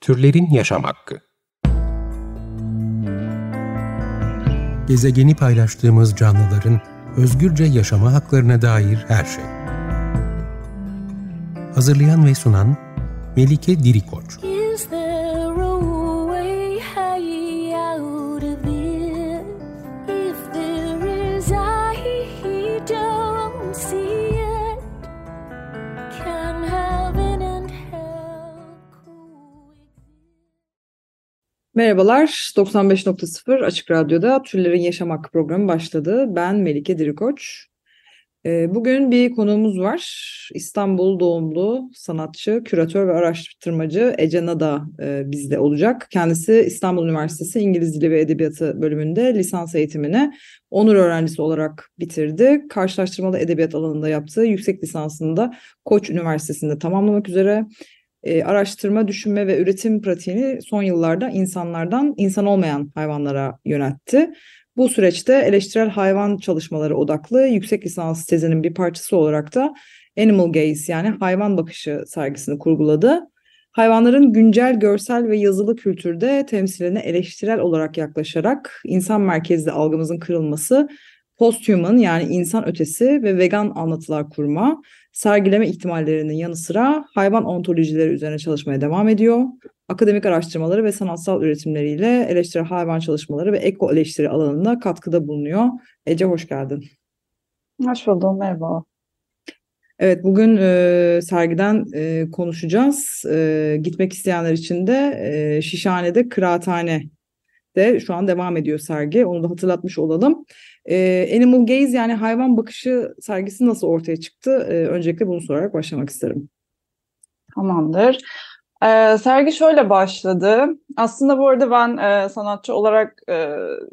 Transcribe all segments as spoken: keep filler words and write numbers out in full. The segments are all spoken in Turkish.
Türlerin yaşam hakkı. Gezegeni paylaştığımız canlıların özgürce yaşama haklarına dair her şey. Hazırlayan ve sunan Melike Dirikoç. Merhabalar, doksan beş nokta sıfır Açık Radyo'da Türlerin Yaşam Hakkı programı başladı. Ben Melike Dirikoç. Bugün bir konuğumuz var. İstanbul doğumlu sanatçı, küratör ve araştırmacı Ece Nada bizde olacak. Kendisi İstanbul Üniversitesi İngiliz Dili ve Edebiyatı bölümünde lisans eğitimini onur öğrencisi olarak bitirdi. Karşılaştırmalı edebiyat alanında yaptığı yüksek lisansını da Koç Üniversitesi'nde tamamlamak üzere. E, araştırma, düşünme ve üretim pratiğini son yıllarda insanlardan insan olmayan hayvanlara yöneltti. Bu süreçte eleştirel hayvan çalışmaları odaklı yüksek lisans tezinin bir parçası olarak da Animal Gaze yani hayvan bakışı sergisini kurguladı. Hayvanların güncel görsel ve yazılı kültürde temsiline eleştirel olarak yaklaşarak insan merkezli algımızın kırılması, posthuman yani insan ötesi ve vegan anlatılar kurma, sergileme ihtimallerinin yanı sıra hayvan ontolojileri üzerine çalışmaya devam ediyor. Akademik araştırmaları ve sanatsal üretimleriyle eleştiri hayvan çalışmaları ve eko eleştiri alanında katkıda bulunuyor. Ece hoş geldin. Hoş buldum, merhaba. Evet, bugün e, sergiden e, konuşacağız. E, gitmek isteyenler için de e, Şişhane'de Kıraathane'de şu an devam ediyor sergi. Onu da hatırlatmış olalım. E, Animal Gaze yani hayvan bakışı sergisi nasıl ortaya çıktı? E, öncelikle bunu sorarak başlamak isterim. Tamamdır. Ee, sergi şöyle başladı. Aslında bu arada ben e, sanatçı olarak e,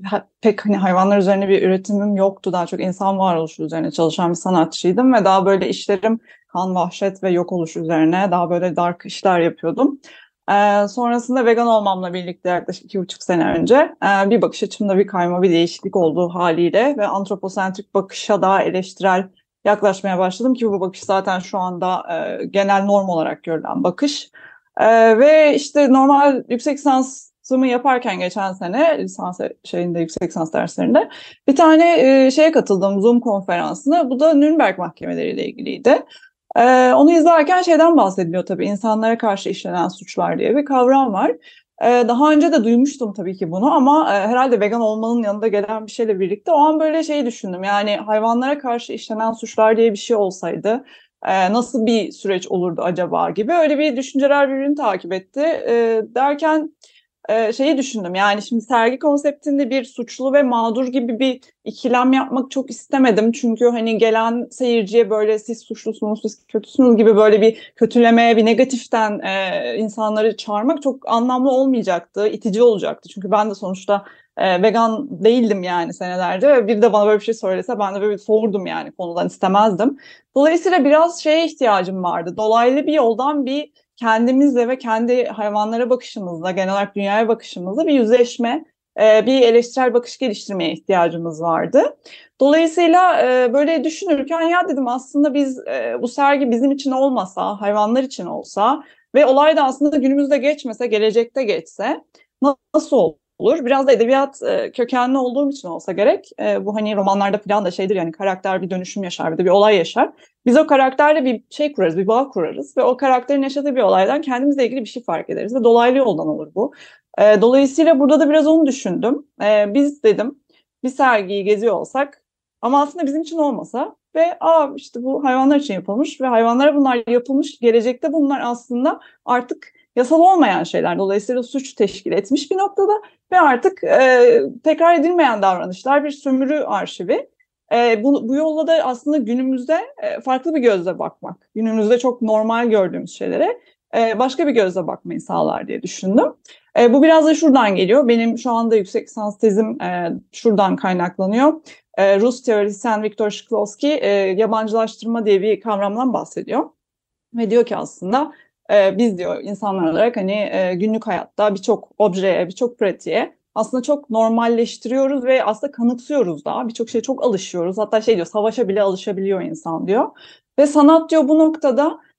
pek hani hayvanlar üzerine bir üretimim yoktu. Daha çok insan varoluşu üzerine çalışan bir sanatçıydım ve daha böyle işlerim kan, vahşet ve yok oluş üzerine daha böyle dark işler yapıyordum. Ee, sonrasında vegan olmamla birlikte yaklaşık iki buçuk sene önce e, bir bakış açımda bir kayma, bir değişiklik olduğu haliyle ve antroposentrik bakışa daha eleştirel yaklaşmaya başladım ki bu bakış zaten şu anda e, genel norm olarak görülen bakış. Ee, ve işte normal yüksek lisansımı yaparken geçen sene lisans şeyinde yüksek lisans derslerinde bir tane e, şeye katıldım, Zoom konferansına. Bu da Nürnberg mahkemeleriyle ilgiliydi. Ee, onu izlerken şeyden bahsediliyor tabii, insanlara karşı işlenen suçlar diye bir kavram var. Ee, daha önce de duymuştum tabii ki bunu ama e, herhalde vegan olmanın yanında gelen bir şeyle birlikte o an böyle şey düşündüm. Yani hayvanlara karşı işlenen suçlar diye bir şey olsaydı Ee, nasıl bir süreç olurdu acaba gibi öyle bir düşünceler birbirini takip etti. Ee, derken e, şeyi düşündüm, yani şimdi sergi konseptinde bir suçlu ve mağdur gibi bir ikilem yapmak çok istemedim. Çünkü hani gelen seyirciye böyle siz suçlusunuz, siz kötüsünüz gibi böyle bir kötülemeye, bir negatiften e, insanları çağırmak çok anlamlı olmayacaktı, itici olacaktı. Çünkü ben de sonuçta E, vegan değildim yani senelerce ve bir de bana böyle bir şey söylese ben de böyle soğurdum yani, konudan istemezdim. Dolayısıyla biraz şeye ihtiyacım vardı. Dolaylı bir yoldan bir kendimizle ve kendi hayvanlara bakışımızla, genel olarak dünyaya bakışımızla bir yüzleşme, e, bir eleştirel bakış geliştirmeye ihtiyacımız vardı. Dolayısıyla e, böyle düşünürken ya dedim, aslında biz e, bu sergi bizim için olmasa, hayvanlar için olsa ve olay da aslında günümüzde geçmese, gelecekte geçse nasıl olur? Olur. Biraz da edebiyat e, kökenli olduğum için olsa gerek. E, bu hani romanlarda falan da şeydir yani, karakter bir dönüşüm yaşar, bir de bir olay yaşar. Biz o karakterle bir şey kurarız, bir bağ kurarız ve o karakterin yaşadığı bir olaydan kendimizle ilgili bir şey fark ederiz ve dolaylı yoldan olur bu. E, dolayısıyla burada da biraz onu düşündüm. E, biz dedim bir sergiyi geziyor olsak ama aslında bizim için olmasa ve aa işte bu hayvanlar için yapılmış ve hayvanlara bunlar yapılmış, gelecekte bunlar aslında artık yasal olmayan şeyler, dolayısıyla suç teşkil etmiş bir noktada ve artık e, tekrar edilmeyen davranışlar, bir sömürü arşivi. E, bu, bu yolla da aslında günümüzde e, farklı bir gözle bakmak, günümüzde çok normal gördüğümüz şeylere e, başka bir gözle bakmayı sağlar diye düşündüm. E, bu biraz da şuradan geliyor. Benim şu anda yüksek lisans tezim e, şuradan kaynaklanıyor. E, Rus teorisyen Viktor Shklovsky e, yabancılaştırma diye bir kavramdan bahsediyor. Ve diyor ki aslında e, biz diyor insanlar olarak hani e, günlük hayatta birçok objeye, birçok pratiğe aslında çok normalleştiriyoruz ve aslında kanıksıyoruz da. Birçok şeye çok alışıyoruz. Hatta şey diyor, savaşa bile alışabiliyor insan diyor. Ve sanat diyor bu noktada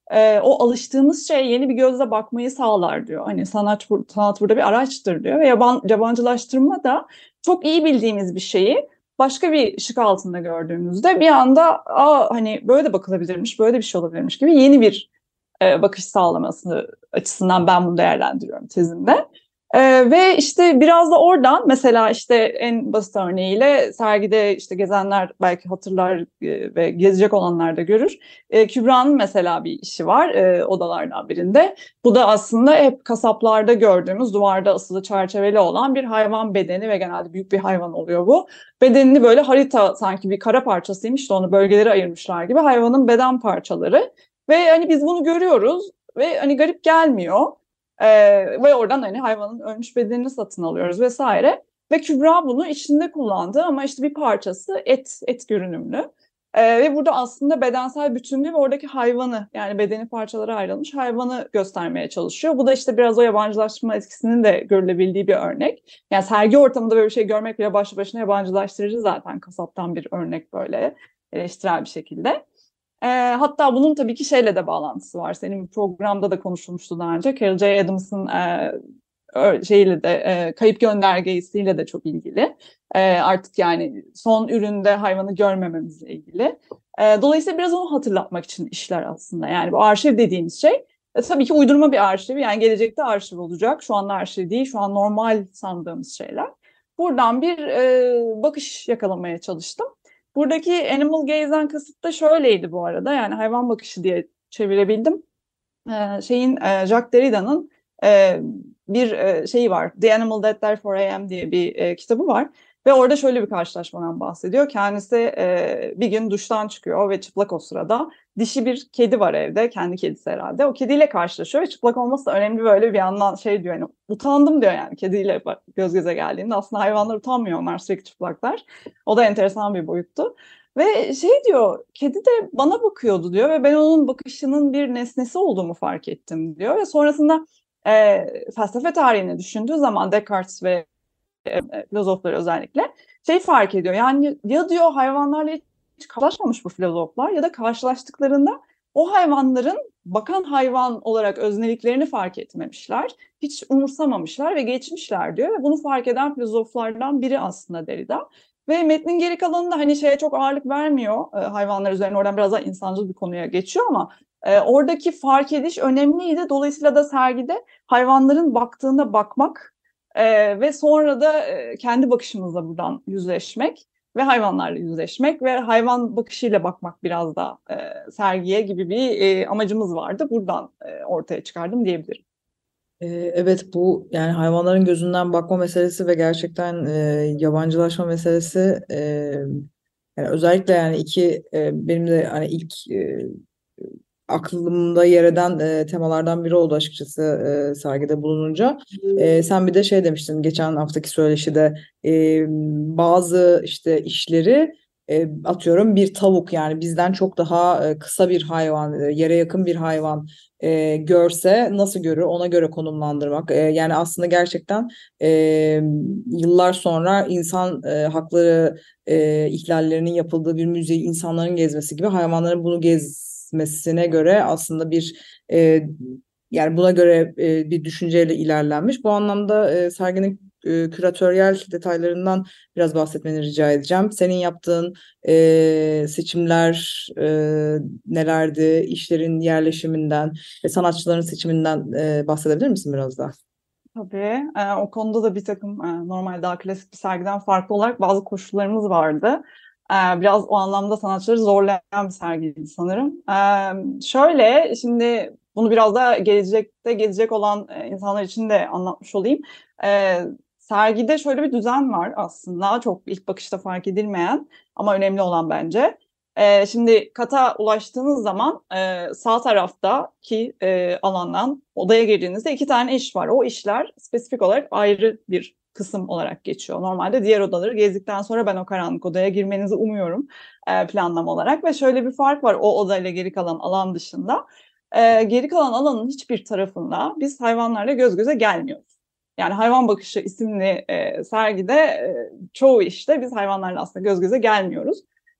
e, o alıştığımız şeye yeni bir gözle bakmayı sağlar diyor. Hani sanat, sanat burada bir araçtır diyor ve yaban, yabancılaştırma da çok iyi bildiğimiz bir şeyi başka bir ışık altında gördüğümüzde bir anda aa, hani böyle de bakılabilirmiş, böyle de bir şey olabilirmiş gibi yeni bir e, bakış sağlaması açısından ben bunu değerlendiriyorum tezimde. Ee, ve işte biraz da oradan mesela işte en basit örneğiyle sergide işte gezenler belki hatırlar e, ve gezecek olanlar da görür. E, Kübra'nın mesela bir işi var e, odalardan birinde. Bu da aslında hep kasaplarda gördüğümüz duvarda asılı çerçeveli olan bir hayvan bedeni ve genelde büyük bir hayvan oluyor bu. Bedenini böyle harita sanki bir kara parçasıymış da onu bölgelere ayırmışlar gibi hayvanın beden parçaları. Ve hani biz bunu görüyoruz ve hani garip gelmiyor. Ee, ve oradan hani hayvanın ölmüş bedenini satın alıyoruz vesaire. Ve Kübra bunu içinde kullandı ama işte bir parçası et, et görünümlü. Ee, ve burada aslında bedensel bütünlüğü ve oradaki hayvanı yani bedeni parçalara ayrılmış hayvanı göstermeye çalışıyor. Bu da işte biraz o yabancılaştırma etkisinin de görülebildiği bir örnek. Yani sergi ortamında böyle bir şey görmek bile başlı başına yabancılaştırıcı zaten kasaptan bir örnek böyle eleştirel bir şekilde. E, hatta bunun tabii ki şeyle de bağlantısı var. Senin programda da konuşulmuştu daha önce. Carol J. Adams'ın e, şeyiyle de e, kayıp göndergesiyle de çok ilgili. E, artık yani son üründe hayvanı görmememizle ilgili. E, dolayısıyla biraz onu hatırlatmak için işler aslında. Yani bu arşiv dediğimiz şey e, tabii ki uydurma bir arşiv. Yani gelecekte arşiv olacak. Şu anda arşiv değil, şu an normal sandığımız şeyler. Buradan bir e, bakış yakalamaya çalıştım. Buradaki animal gaze'den kasıt da şöyleydi bu arada. Yani hayvan bakışı diye çevirebildim. Ee, şeyin e, Jacques Derrida'nın e, bir e, şeyi var. The Animal That Therefore I Am diye bir e, kitabı var. Ve orada şöyle bir karşılaşmadan bahsediyor. Kendisi e, bir gün duştan çıkıyor ve çıplak o sırada. Dişi bir kedi var evde. Kendi kedisi herhalde. O kediyle karşılaşıyor ve çıplak olması da önemli böyle bir yandan şey diyor. Yani, utandım diyor yani kediyle göz göze geldiğinde. Aslında hayvanlar utanmıyor. Onlar sürekli çıplaklar. O da enteresan bir boyuttu. Ve şey diyor, kedi de bana bakıyordu diyor ve ben onun bakışının bir nesnesi olduğumu fark ettim diyor. Ve sonrasında e, felsefe tarihini düşündüğü zaman Descartes ve e, filozofları özellikle şey fark ediyor. Yani ya diyor hayvanlarla hiç karşılaşmamış bu filozoflar ya da karşılaştıklarında o hayvanların bakan hayvan olarak özneliklerini fark etmemişler. Hiç umursamamışlar ve geçmişler diyor. Ve bunu fark eden filozoflardan biri aslında Derrida. Ve metnin geri kalanında hani şeye çok ağırlık vermiyor e, hayvanlar üzerine. Oradan biraz daha insancıl bir konuya geçiyor ama e, oradaki fark ediş önemliydi. Dolayısıyla da sergide hayvanların baktığında bakmak e, ve sonra da e, kendi bakışımızla buradan yüzleşmek ve hayvanlarla yüzleşmek ve hayvan bakışıyla bakmak biraz da e, sergiye gibi bir e, amacımız vardı. Buradan e, ortaya çıkardım diyebilirim. Evet, bu yani hayvanların gözünden bakma meselesi ve gerçekten e, yabancılaşma meselesi e, yani özellikle yani iki e, benim de hani ilk e, aklımda yer eden e, temalardan biri oldu açıkçası e, sergide bulununca. E, sen bir de şey demiştin geçen haftaki söyleşide e, bazı işte işleri e, atıyorum bir tavuk yani bizden çok daha e, kısa bir hayvan, e, yere yakın bir hayvan e, görse nasıl görür ona göre konumlandırmak. E, yani aslında gerçekten e, yıllar sonra insan e, hakları e, ihlallerinin yapıldığı bir müzeyi insanların gezmesi gibi hayvanların bunu gezmesine göre aslında bir e, yani buna göre e, bir düşünceyle ilerlenmiş. Bu anlamda e, serginin e, küratöryel detaylarından biraz bahsetmeni rica edeceğim. Senin yaptığın e, seçimler e, nelerdi? İşlerin yerleşiminden ve sanatçıların seçiminden e, bahsedebilir misin biraz daha? Tabii. E, o konuda da bir takım e, normal daha klasik bir sergiden farklı olarak bazı koşullarımız vardı. E, biraz o anlamda sanatçıları zorlayan bir sergiydi sanırım. E, şöyle, şimdi bunu biraz da gelecekte gelecek olan e, insanlar için de anlatmış olayım. E, sergide şöyle bir düzen var aslında. Çok ilk bakışta fark edilmeyen ama önemli olan bence. Ee, şimdi kata ulaştığınız zaman e, sağ taraftaki e, alandan odaya girdiğinizde iki tane iş var. O işler spesifik olarak ayrı bir kısım olarak geçiyor. Normalde diğer odaları gezdikten sonra ben o karanlık odaya girmenizi umuyorum e, planlama olarak. Ve şöyle bir fark var o odayla geri kalan alan dışında. E, geri kalan alanın hiçbir tarafında biz hayvanlarla göz göze gelmiyoruz. Yani Hayvan Bakışı isimli e, sergide e, çoğu işte biz hayvanlarla aslında göz göze gelmiyoruz.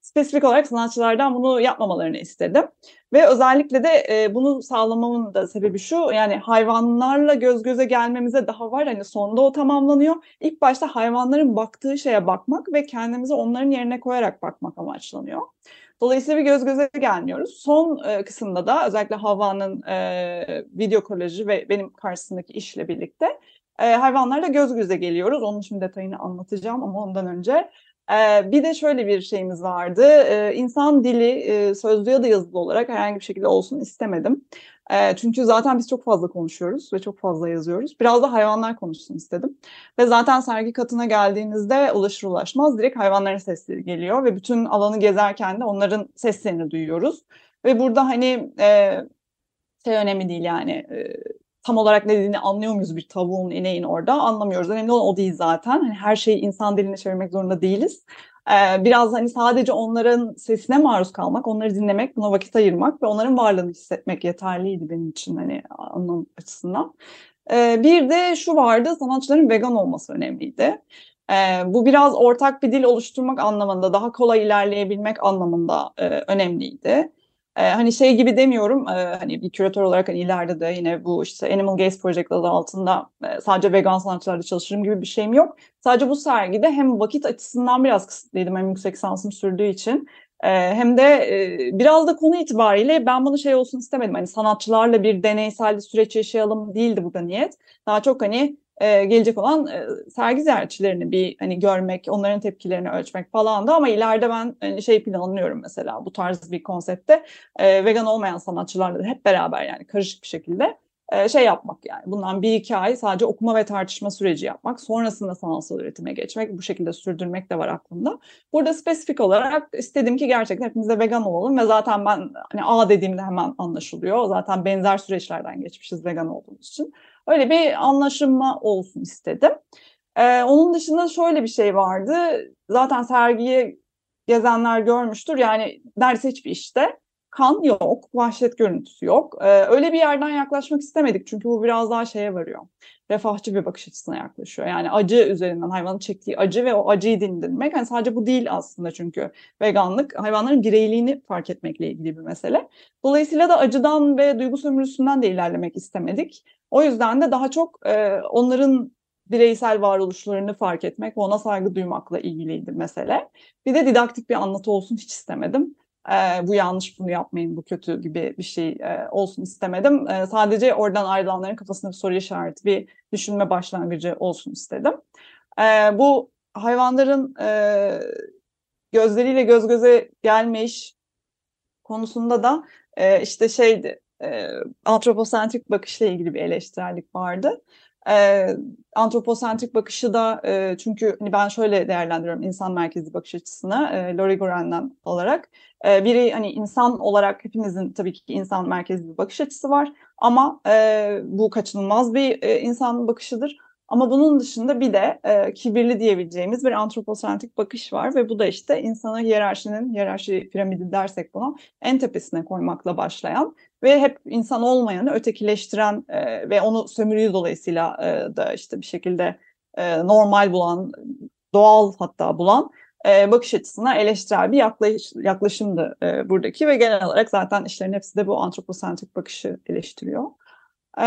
spesifik olarak sanatçılardan bunu yapmamalarını istedim. Ve özellikle de e, bunu sağlamamın da sebebi şu, yani hayvanlarla göz göze gelmemize daha var. Hani sonda o tamamlanıyor. İlk başta hayvanların baktığı şeye bakmak ve kendimizi onların yerine koyarak bakmak amaçlanıyor. Dolayısıyla bir göz göze gelmiyoruz. Son e, kısımda da özellikle Havva'nın e, video kolajı ve benim karşısındaki işle birlikte e, hayvanlarla göz göze geliyoruz. Onun şimdi detayını anlatacağım ama ondan önce e, bir de şöyle bir şeyimiz vardı. E, insan dili e, sözlü ya da yazılı olarak herhangi bir şekilde olsun istemedim. E, çünkü zaten biz çok fazla konuşuyoruz ve çok fazla yazıyoruz. Biraz da hayvanlar konuşsun istedim. Ve zaten sergi katına geldiğinizde ulaşır ulaşmaz direkt hayvanların sesleri geliyor ve bütün alanı gezerken de onların seslerini duyuyoruz. Ve burada hani e, şey önemli değil yani e, tam olarak ne dediğini anlıyor muyuz bir tavuğun, ineğin orada anlamıyoruz. Önemli olan o değil zaten. Hani her şeyi insan diline çevirmek zorunda değiliz. Ee, biraz hani sadece onların sesine maruz kalmak, onları dinlemek, buna vakit ayırmak ve onların varlığını hissetmek yeterliydi benim için hani anlam açısından. Ee, bir de şu vardı, sanatçıların vegan olması önemliydi. Ee, bu biraz ortak bir dil oluşturmak anlamında, daha kolay ilerleyebilmek anlamında e, önemliydi. Ee, hani şey gibi demiyorum, e, hani bir küratör olarak hani ileride de yine bu işte Animal Gaze Project adı altında e, sadece vegan sanatçılarla çalışırım gibi bir şeyim yok. Sadece bu sergide hem vakit açısından biraz kısıtlıydım hem yüksek lisansım sürdüğü için. E, hem de e, biraz da konu itibariyle ben bunu şey olsun istemedim. Hani sanatçılarla bir deneysel bir süreç yaşayalım değildi burada niyet. Daha çok hani e, gelecek olan e, sergi ziyaretçilerini bir hani görmek, onların tepkilerini ölçmek falan da ama ileride ben hani, şey planlıyorum mesela bu tarz bir konsepte e, vegan olmayan sanatçılarla da hep beraber yani karışık bir şekilde e, şey yapmak yani bundan bir iki ay sadece okuma ve tartışma süreci yapmak, sonrasında sanatsal üretime geçmek, bu şekilde sürdürmek de var aklımda. Burada spesifik olarak istedim ki gerçekten hepimiz de vegan olalım ve zaten ben hani A dediğimde hemen anlaşılıyor. Zaten benzer süreçlerden geçmişiz vegan olduğumuz için. Öyle bir anlaşılma olsun istedim. Ee, onun dışında şöyle bir şey vardı. Zaten sergiyi gezenler görmüştür. Yani neredeyse hiçbir işte kan yok, vahşet görüntüsü yok. Ee, öyle bir yerden yaklaşmak istemedik. Çünkü bu biraz daha şeye varıyor. Refahçı bir bakış açısına yaklaşıyor. Yani acı üzerinden hayvanın çektiği acı ve o acıyı dindirmek. Yani sadece bu değil aslında çünkü veganlık hayvanların bireyliğini fark etmekle ilgili bir mesele. Dolayısıyla da acıdan ve duygu sömürüsünden de ilerlemek istemedik. O yüzden de daha çok e, onların bireysel varoluşlarını fark etmek ve ona saygı duymakla ilgiliydi mesele. Bir de didaktik bir anlatı olsun hiç istemedim. E, bu yanlış, bunu yapmayın, bu kötü gibi bir şey e, olsun istemedim. E, sadece oradan ayrılanların kafasında bir soru işareti, bir düşünme başlangıcı olsun istedim. E, bu hayvanların e, gözleriyle göz göze gelme iş konusunda da e, işte şeydi, e, antroposentrik bakışla ilgili bir eleştirellik vardı. E, antroposentrik bakışı da e, çünkü hani ben şöyle değerlendiriyorum insan merkezli bakış açısını e, Lori Goren'den olarak. E, biri hani insan olarak hepimizin tabii ki insan merkezli bir bakış açısı var ama e, bu kaçınılmaz bir e, insan bakışıdır. Ama bunun dışında bir de e, kibirli diyebileceğimiz bir antroposentrik bakış var ve bu da işte insanı hiyerarşinin, hiyerarşi piramidi dersek buna, en tepesine koymakla başlayan ve hep insan olmayanı ötekileştiren e, ve onu sömürüyü dolayısıyla e, da işte bir şekilde e, normal bulan, doğal hatta bulan e, bakış açısına eleştirel bir yaklaş, yaklaşımdı e, buradaki ve genel olarak zaten işlerin hepsi de bu antroposentrik bakışı eleştiriyor. Ee,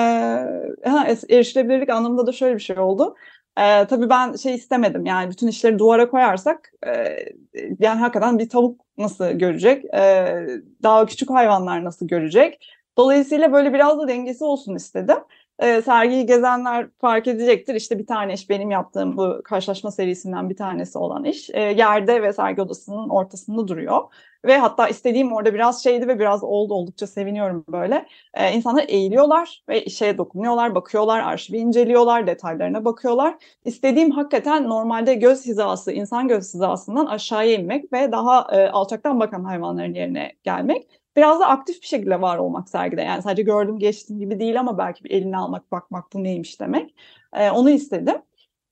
ha, erişilebilirlik anlamında da şöyle bir şey oldu. Ee, tabii ben şey istemedim yani bütün işleri duvara koyarsak e, yani hakikaten bir tavuk nasıl görecek? E, daha küçük hayvanlar nasıl görecek? Dolayısıyla böyle biraz da dengesi olsun istedim. E, sergiyi gezenler fark edecektir. İşte bir tane iş benim yaptığım bu karşılaşma serisinden bir tanesi olan iş. E, yerde ve sergi odasının ortasında duruyor. Ve hatta istediğim orada biraz şeydi ve biraz oldu, oldukça seviniyorum böyle. Ee, insanlar eğiliyorlar ve şeye dokunuyorlar, bakıyorlar, arşivi inceliyorlar, detaylarına bakıyorlar. İstediğim hakikaten normalde göz hizası, insan göz hizasından aşağıya inmek ve daha e, alçaktan bakan hayvanların yerine gelmek. Biraz da aktif bir şekilde var olmak sergide. Yani sadece gördüm geçtim gibi değil ama belki bir elini almak, bakmak bu neymiş demek. E, onu istedim.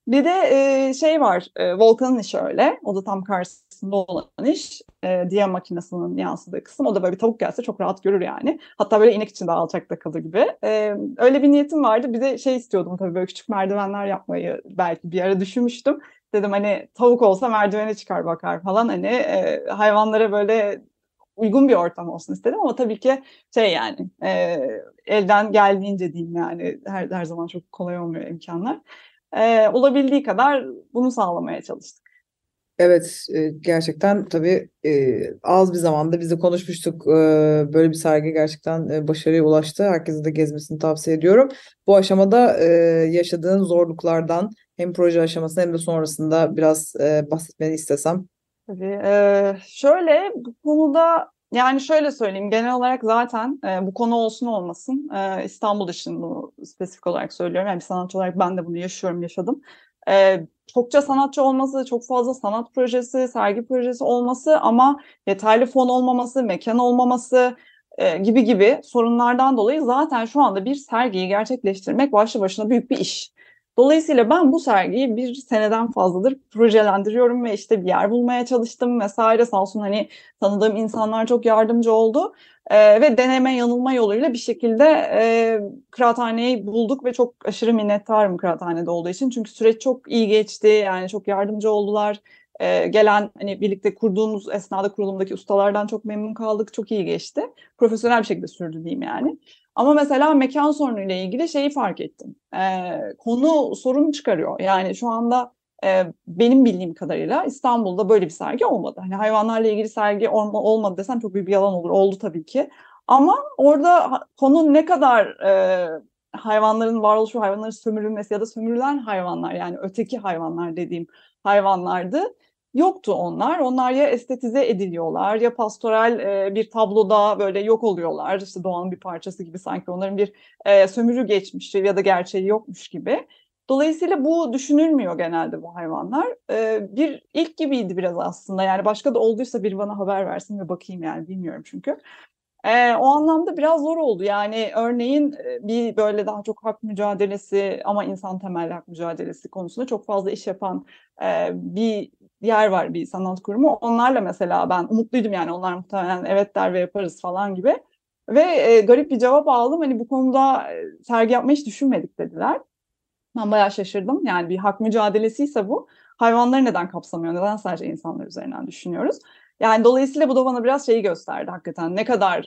Bir de e, şey var, e, Volkan'ın işi öyle. O da tam karşısında olan iş. E, Dia makinesinin yansıdığı kısım. O da böyle bir tavuk gelse çok rahat görür yani. Hatta böyle inek içinde alçakta kalır gibi. E, öyle bir niyetim vardı. Bir de şey istiyordum tabii, böyle küçük merdivenler yapmayı belki bir ara düşünmüştüm. Dedim hani tavuk olsa merdivene çıkar bakar falan. Hani e, hayvanlara böyle uygun bir ortam olsun istedim ama tabii ki şey yani e, elden geldiğince diyeyim yani her, her zaman çok kolay olmuyor imkanlar. E, olabildiği kadar bunu sağlamaya çalıştık. Evet, e, gerçekten tabii e, az bir zamanda biz de konuşmuştuk. E, böyle bir sergi gerçekten e, başarıya ulaştı. Herkese de gezmesini tavsiye ediyorum. Bu aşamada e, yaşadığın zorluklardan hem proje aşamasında hem de sonrasında biraz e, bahsetmeni istesem. Tabii. E, şöyle bu konuda yani şöyle söyleyeyim, genel olarak zaten e, bu konu olsun olmasın e, İstanbul için bunu spesifik olarak söylüyorum. Yani bir sanatçı olarak ben de bunu yaşıyorum, yaşadım. E, çokça sanatçı olması, çok fazla sanat projesi, sergi projesi olması ama yeterli fon olmaması, mekan olmaması e, gibi gibi sorunlardan dolayı zaten şu anda bir sergiyi gerçekleştirmek başlı başına büyük bir iş. Dolayısıyla ben bu sergiyi bir seneden fazladır projelendiriyorum ve işte bir yer bulmaya çalıştım vesaire. Sağ olsun hani tanıdığım insanlar çok yardımcı oldu. Ee, ve deneme yanılma yoluyla bir şekilde e, kıraathaneyi bulduk ve çok aşırı minnettarım kıraathanede olduğu için. Çünkü süreç çok iyi geçti, yani çok yardımcı oldular. Ee, gelen hani birlikte kurduğumuz esnada kurulumdaki ustalardan çok memnun kaldık, çok iyi geçti. Profesyonel bir şekilde sürdü diyeyim yani. Ama mesela mekan sorunuyla ilgili şeyi fark ettim. Ee, konu sorun çıkarıyor. Yani şu anda e, benim bildiğim kadarıyla İstanbul'da böyle bir sergi olmadı. Hani hayvanlarla ilgili sergi olma, olmadı desem çok büyük bir yalan olur. Oldu tabii ki. Ama orada ha- konu ne kadar e, hayvanların varoluşu, hayvanların sömürülmesi ya da sömürülen hayvanlar, yani öteki hayvanlar dediğim hayvanlardı. Yoktu onlar. Onlar ya estetize ediliyorlar ya pastoral e, bir tabloda böyle yok oluyorlar. İşte doğanın bir parçası gibi, sanki onların bir e, sömürü geçmişi ya da gerçeği yokmuş gibi. Dolayısıyla bu düşünülmüyor genelde bu hayvanlar. E, bir ilk gibiydi biraz aslında. Yani başka da olduysa biri bana haber versin ve bakayım, yani bilmiyorum çünkü. Ee, o anlamda biraz zor oldu. Yani örneğin e, bir böyle daha çok hak mücadelesi ama insan temelli hak mücadelesi konusunda çok fazla iş yapan e, bir yer var, bir sanat kurumu. Onlarla mesela ben umutluydum, yani onlar muhtemelen evet der ve yaparız falan gibi. Ve e, garip bir cevap aldım. Hani bu konuda e, sergi yapmayı hiç düşünmedik dediler. Ben bayağı şaşırdım. Yani bir hak mücadelesiyse bu. Hayvanları neden kapsamıyor? Neden sadece insanlar üzerinden düşünüyoruz? Yani dolayısıyla bu da bana biraz şeyi gösterdi hakikaten. Ne kadar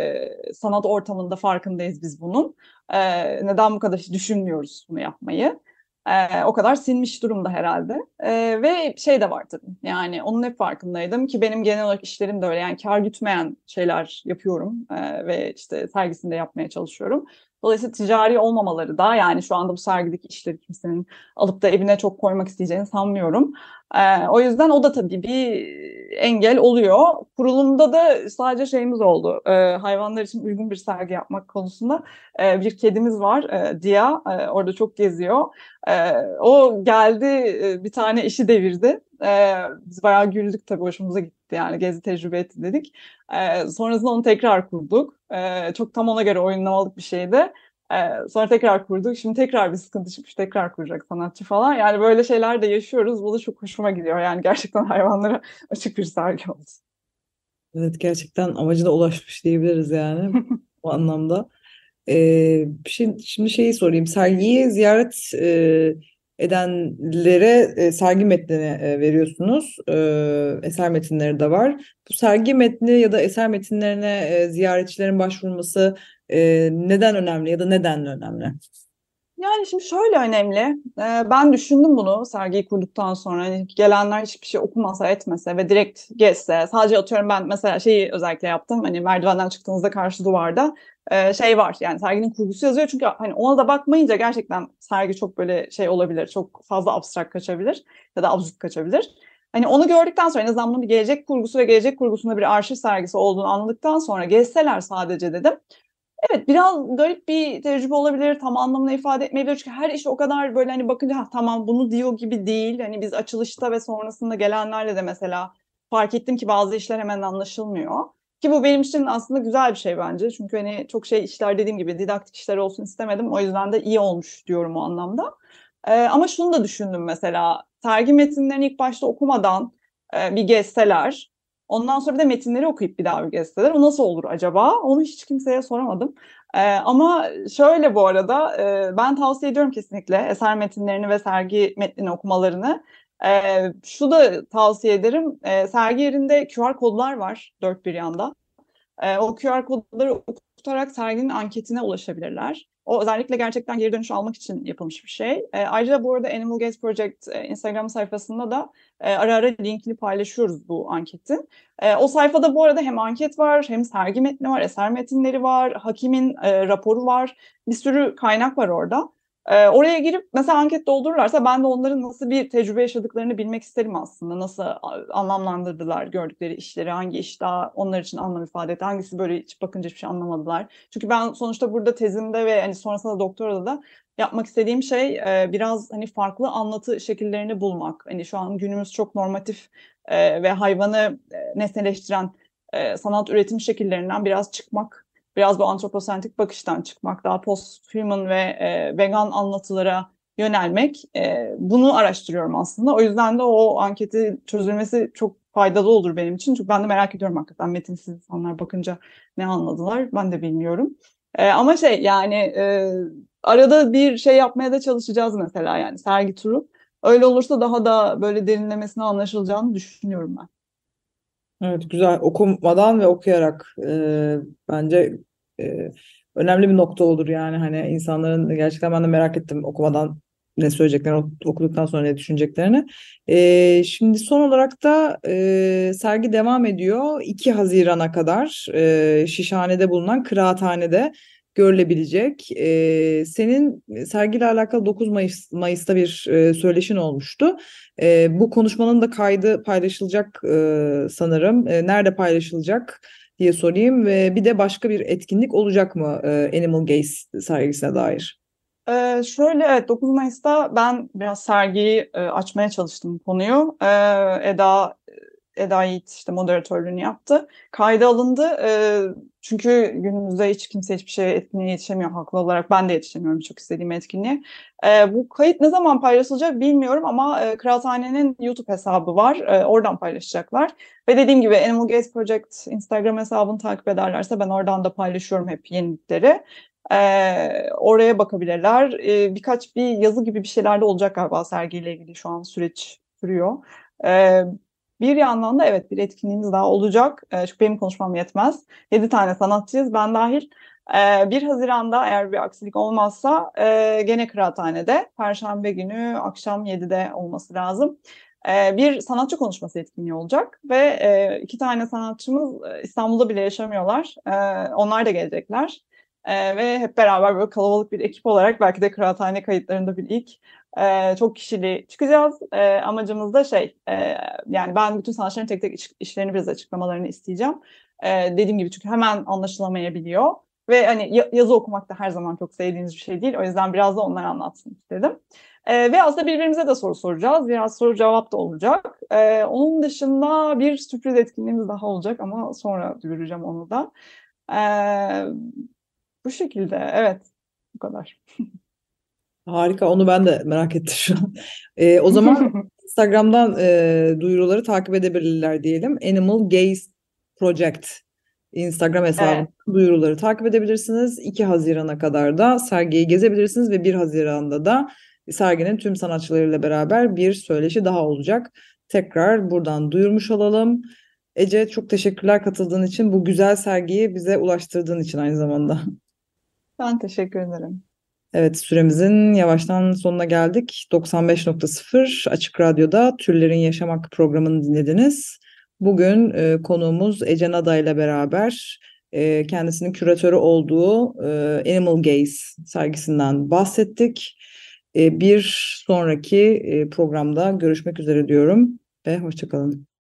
e, sanat ortamında farkındayız biz bunun. E, neden bu kadar hiç düşünmüyoruz bunu yapmayı? E, o kadar sinmiş durumda herhalde. E, ve şey de var tabii. Yani onun hep farkındaydım ki benim genel olarak işlerim de öyle. Yani kar gütmeyen şeyler yapıyorum. E, ve işte sergisinde yapmaya çalışıyorum. Dolayısıyla ticari olmamaları da, yani şu anda bu sergideki işleri kimsenin alıp da evine çok koymak isteyeceğini sanmıyorum. Ee, o yüzden o da tabii bir engel oluyor. Kurulumda da sadece şeyimiz oldu. Ee, hayvanlar için uygun bir sergi yapmak konusunda e, bir kedimiz var, e, Dia. E, orada çok geziyor. E, o geldi, e, bir tane işi devirdi. E, biz bayağı güldük tabii, hoşumuza gitti, yani gezi tecrübe etti dedik. Ee, sonrasında onu tekrar kurduk. Ee, çok tam ona göre oyunlamalık bir şeydi. Ee, sonra tekrar kurduk. Şimdi tekrar bir sıkıntı çıkmış. Tekrar kuracak sanatçı falan. Yani böyle şeyler de yaşıyoruz. Bu da çok hoşuma gidiyor. Yani gerçekten hayvanlara açık bir sergi oldu. Evet, gerçekten amacına ulaşmış diyebiliriz yani bu anlamda. Ee, şimdi, şimdi şeyi sorayım. Sergiyi ziyaret e, edenlere e, sergi metnini e, veriyorsunuz. E, eser metinleri de var. Bu sergi metni ya da eser metinlerine e, ziyaretçilerin başvurması e, neden önemli ya da neden önemli? Yani şimdi şöyle önemli. Ee, ben düşündüm bunu sergiyi kurduktan sonra. Hani gelenler hiçbir şey okumasa etmese ve direkt geçse. Sadece atıyorum, ben mesela şeyi özellikle yaptım. Hani merdivenden çıktığınızda karşı duvarda e, şey var. Yani serginin kurgusu yazıyor. Çünkü hani ona da bakmayınca gerçekten sergi çok böyle şey olabilir. Çok fazla abstrakt kaçabilir ya da absürt kaçabilir. Hani onu gördükten sonra, en azından bunun bir gelecek kurgusu ve gelecek kurgusunda bir arşiv sergisi olduğunu anladıktan sonra gezseler sadece dedim. Evet, biraz garip bir tecrübe olabilir, tam anlamını ifade etmeyebilir. Çünkü her iş o kadar böyle hani bakınca ha, tamam bunu diyor gibi değil. Hani biz açılışta ve sonrasında gelenlerle de mesela fark ettim ki bazı işler hemen anlaşılmıyor. Ki bu benim için aslında güzel bir şey bence. Çünkü hani çok şey işler, dediğim gibi didaktik işler olsun istemedim. O yüzden de iyi olmuş diyorum o anlamda. E, ama şunu da düşündüm mesela. Sergi metinlerini ilk başta okumadan e, bir gezseler, ondan sonra bir de metinleri okuyup bir daha bir gezseler, o nasıl olur acaba? Onu hiç kimseye soramadım. E, ama şöyle bu arada, e, ben tavsiye ediyorum kesinlikle eser metinlerini ve sergi metnini okumalarını. E, şu da tavsiye ederim, e, sergi yerinde Q R kodlar var dört bir yanda. E, o Q R kodları okutarak serginin anketine ulaşabilirler. O özellikle gerçekten geri dönüş almak için yapılmış bir şey. E, ayrıca bu arada Animal Gaze Project e, Instagram sayfasında da e, ara ara linkini paylaşıyoruz bu anketin. E, o sayfada bu arada hem anket var, hem sergi metni var, eser metinleri var, hakimin e, raporu var. Bir sürü kaynak var orada. E, oraya girip mesela anket doldururlarsa ben de onların nasıl bir tecrübe yaşadıklarını bilmek isterim aslında. Nasıl anlamlandırdılar gördükleri işleri, hangi iş daha onlar için anlam ifade etti, hangisi böyle hiç bakınca hiçbir şey anlamadılar. Çünkü ben sonuçta burada tezimde ve hani sonrasında doktorada da yapmak istediğim şey e, biraz hani farklı anlatı şekillerini bulmak. Hani şu an günümüz çok normatif e, ve hayvanı e, nesneleştiren e, sanat üretim şekillerinden biraz çıkmak, biraz bu antroposentrik bakıştan çıkmak, daha post-human ve e, vegan anlatılara yönelmek. E, bunu araştırıyorum aslında. O yüzden de o anketi çözülmesi çok faydalı olur benim için. Çünkü ben de merak ediyorum hakikaten metinsiz insanlar bakınca ne anladılar ben de bilmiyorum. E, ama şey yani e, arada bir şey yapmaya da çalışacağız mesela yani sergi turu. Öyle olursa daha da böyle derinlemesine anlaşılacağını düşünüyorum ben. Evet, güzel. Okumadan ve okuyarak e, bence e, önemli bir nokta olur yani hani insanların gerçekten ben de merak ettim okumadan ne söyleyeceklerini okuduktan sonra ne düşüneceklerini. E, şimdi son olarak da e, sergi devam ediyor iki Haziran'a kadar e, Şişhane'de bulunan Kıraathane'de görülebilecek. E, senin sergiyle alakalı dokuz Mayıs, Mayıs'ta bir e, söyleşin olmuştu. E, bu konuşmanın da kaydı paylaşılacak e, sanırım. E, nerede paylaşılacak diye sorayım ve bir de başka bir etkinlik olacak mı e, Animal Gaze sergisine dair? Ee, şöyle evet dokuz Mayıs'ta ben biraz sergiyi e, açmaya çalıştım konuyu. Ee, Eda Eda Yiğit işte moderatörlüğünü yaptı. Kayda alındı. Ee, çünkü günümüzde hiç kimse hiçbir şeye etkinliğe yetişemiyor haklı olarak. Ben de yetişemiyorum çok istediğim etkinliğe. Ee, bu kayıt ne zaman paylaşılacak bilmiyorum ama e, Kıraathane'nin YouTube hesabı var. E, oradan paylaşacaklar. Ve dediğim gibi Animal Gaze Project Instagram hesabını takip ederlerse ben oradan da paylaşıyorum hep yenilikleri. Ee, oraya bakabilirler. Ee, birkaç bir yazı gibi bir şeyler de olacak galiba sergiyle ilgili şu an süreç sürüyor. Ee, bir yandan da evet bir etkinliğimiz daha olacak. Ee, çünkü benim konuşmam yetmez. Yedi tane sanatçıyız ben dahil. Ee, bir Haziran'da eğer bir aksilik olmazsa e, gene Kıraathane'de Perşembe günü akşam yedide olması lazım. Ee, bir sanatçı konuşması etkinliği olacak ve e, iki tane sanatçımız e, İstanbul'da bile yaşamıyorlar. Ee, onlar da gelecekler. Ee, ve hep beraber böyle kalabalık bir ekip olarak belki de Kıraathane kayıtlarında bir ilk e, çok kişili çıkacağız. E, amacımız da şey e, yani ben bütün sanatçıların tek tek iş, işlerini biraz açıklamalarını isteyeceğim. E, dediğim gibi çünkü hemen anlaşılamayabiliyor. Ve hani yazı okumak da her zaman çok sevdiğiniz bir şey değil. O yüzden biraz da onlar anlatsın istedim. E, ve aslında birbirimize de soru soracağız. Biraz soru cevap da olacak. E, onun dışında bir sürpriz etkinliğimiz daha olacak ama sonra duyuracağım onu da. E, bu şekilde evet bu kadar. Harika, onu ben de merak ettim şu an. E, o zaman Instagram'dan e, duyuruları takip edebilirler diyelim. Animal Gaze Project Instagram hesabından Evet. duyuruları takip edebilirsiniz. iki Haziran'a kadar da sergiyi gezebilirsiniz ve bir Haziran'da da serginin tüm sanatçılarıyla beraber bir söyleşi daha olacak. Tekrar buradan duyurmuş olalım. Ece, çok teşekkürler katıldığın için, bu güzel sergiyi bize ulaştırdığın için aynı zamanda. Ben teşekkür ederim. Evet, süremizin yavaştan sonuna geldik. doksan beş nokta sıfır Açık Radyo'da Türlerin Yaşam Hakkı programını dinlediniz. Bugün e, konuğumuz Ece Nada ile beraber e, kendisinin küratörü olduğu e, Animal Gaze sergisinden bahsettik. E, bir sonraki e, programda görüşmek üzere diyorum ve hoşça kalın.